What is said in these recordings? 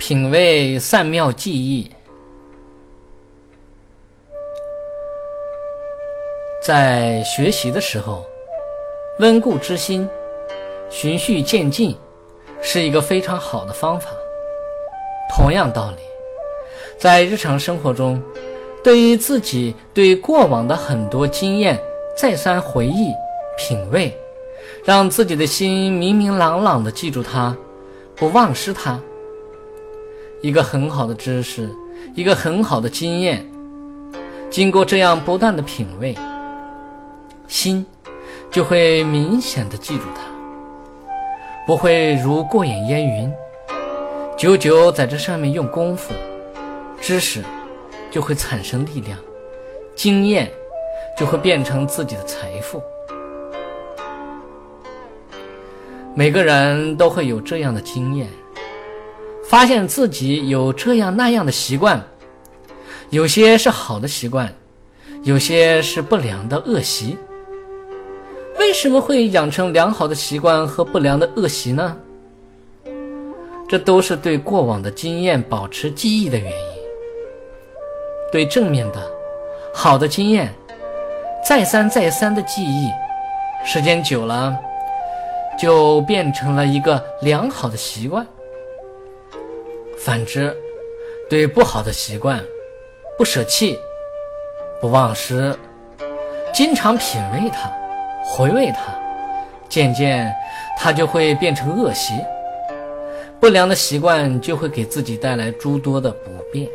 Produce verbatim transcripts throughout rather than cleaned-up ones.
品味善妙技艺。在学习的时候，温故知新，循序渐进是一个非常好的方法。同样道理，在日常生活中，对于自己对过往的很多经验再三回忆品味，让自己的心明明朗朗地记住它，不忘失它。一个很好的知识，一个很好的经验，经过这样不断的品味，心就会明显地记住它，不会如过眼烟云。久久在这上面用功夫，知识就会产生力量，经验就会变成自己的财富。每个人都会有这样的经验，发现自己有这样那样的习惯，有些是好的习惯，有些是不良的恶习。为什么会养成良好的习惯和不良的恶习呢？这都是对过往的经验保持记忆的原因。对正面的好的经验再三再三的记忆，时间久了就变成了一个良好的习惯。反之，对不好的习惯不舍弃，不忘失，经常品味它，回味它，渐渐它就会变成恶习。不良的习惯就会给自己带来诸多的不便。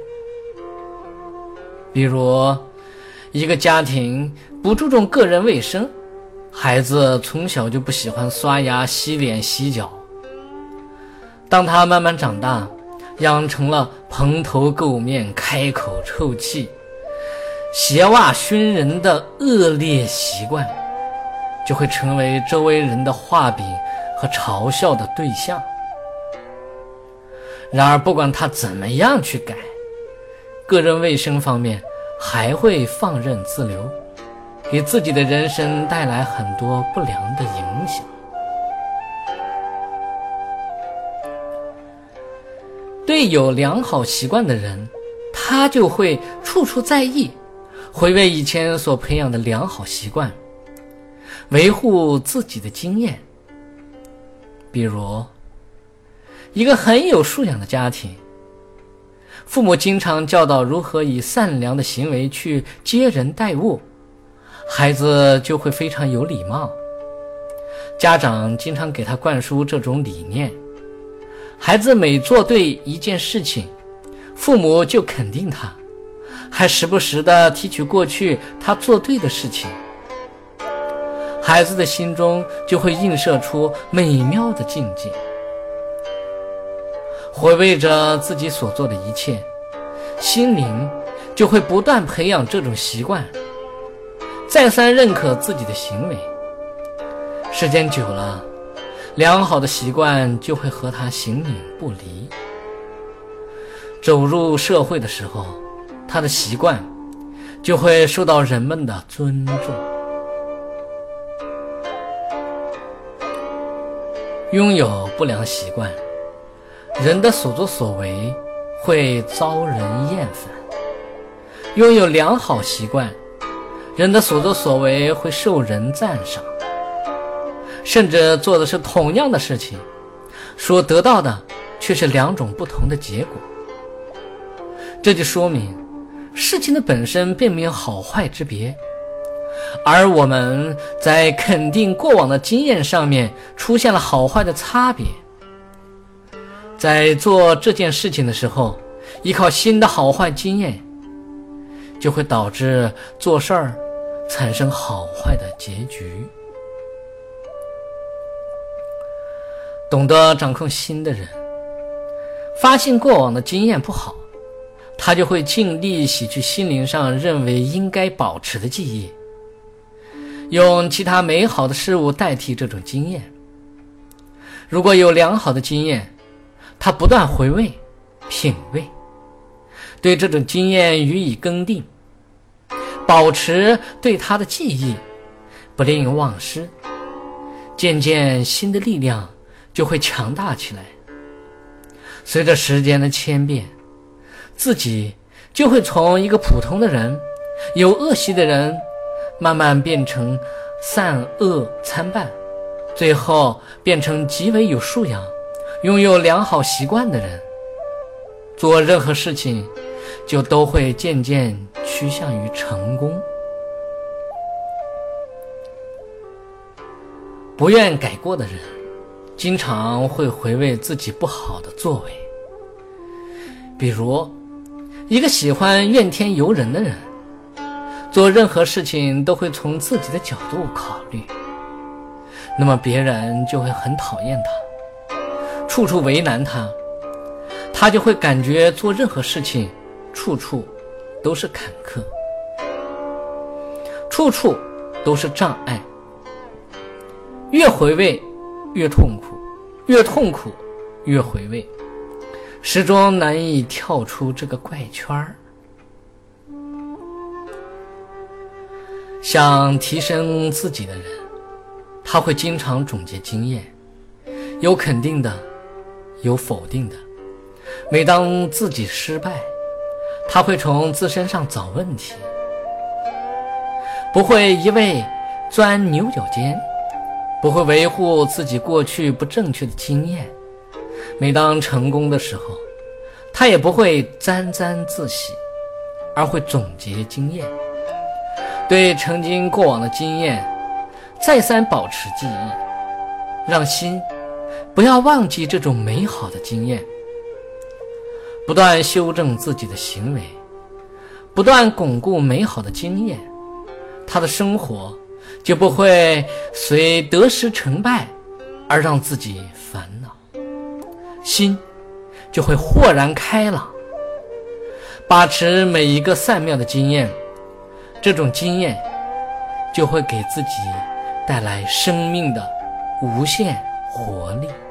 比如一个家庭不注重个人卫生，孩子从小就不喜欢刷牙、洗脸、洗脚。当他慢慢长大，养成了蓬头垢面、开口臭气、鞋袜熏人的恶劣习惯，就会成为周围人的画饼和嘲笑的对象。然而不管他怎么样去改，个人卫生方面还会放任自流，给自己的人生带来很多不良的影响。对有良好习惯的人，他就会处处在意，回味以前所培养的良好习惯，维护自己的经验。比如一个很有素养的家庭，父母经常教导如何以善良的行为去接人待物，孩子就会非常有礼貌。家长经常给他灌输这种理念，孩子每做对一件事情，父母就肯定他，还时不时地提取过去他做对的事情。孩子的心中就会映射出美妙的境界。回味着自己所做的一切，心灵就会不断培养这种习惯，再三认可自己的行为。时间久了，良好的习惯就会和他形影不离。走入社会的时候，他的习惯就会受到人们的尊重。拥有不良习惯，人的所作所为会遭人厌烦；拥有良好习惯，人的所作所为会受人赞赏。甚至做的是同样的事情，所得到的却是两种不同的结果。这就说明事情的本身并没有好坏之别，而我们在肯定过往的经验上面出现了好坏的差别。在做这件事情的时候，依靠新的好坏经验，就会导致做事儿产生好坏的结局。懂得掌控心的人，发现过往的经验不好，他就会尽力洗去心灵上认为应该保持的记忆，用其他美好的事物代替这种经验。如果有良好的经验，他不断回味品味，对这种经验予以更定，保持对他的记忆，不令忘失，渐渐心的力量就会强大起来。 随着时间的千变，自己就会从一个普通的人，有恶习的人，慢慢变成善恶参半，最后变成极为有素养、拥有良好习惯的人。做任何事情就都会渐渐趋向于成功。不愿改过的人，经常会回味自己不好的作为。比如一个喜欢怨天尤人的人，做任何事情都会从自己的角度考虑，那么别人就会很讨厌他，处处为难他，他就会感觉做任何事情处处都是坎坷，处处都是障碍，越回味越痛苦，越痛苦越回味，始终难以跳出这个怪圈儿。想提升自己的人，他会经常总结经验，有肯定的，有否定的。每当自己失败，他会从自身上找问题，不会一味钻牛角尖，不会维护自己过去不正确的经验。每当成功的时候，他也不会沾沾自喜，而会总结经验，对曾经过往的经验再三保持记忆，让心不要忘记这种美好的经验，不断修正自己的行为，不断巩固美好的经验，他的生活就不会随得失成败而让自己烦恼，心就会豁然开朗。把持每一个善妙的经验，这种经验就会给自己带来生命的无限活力。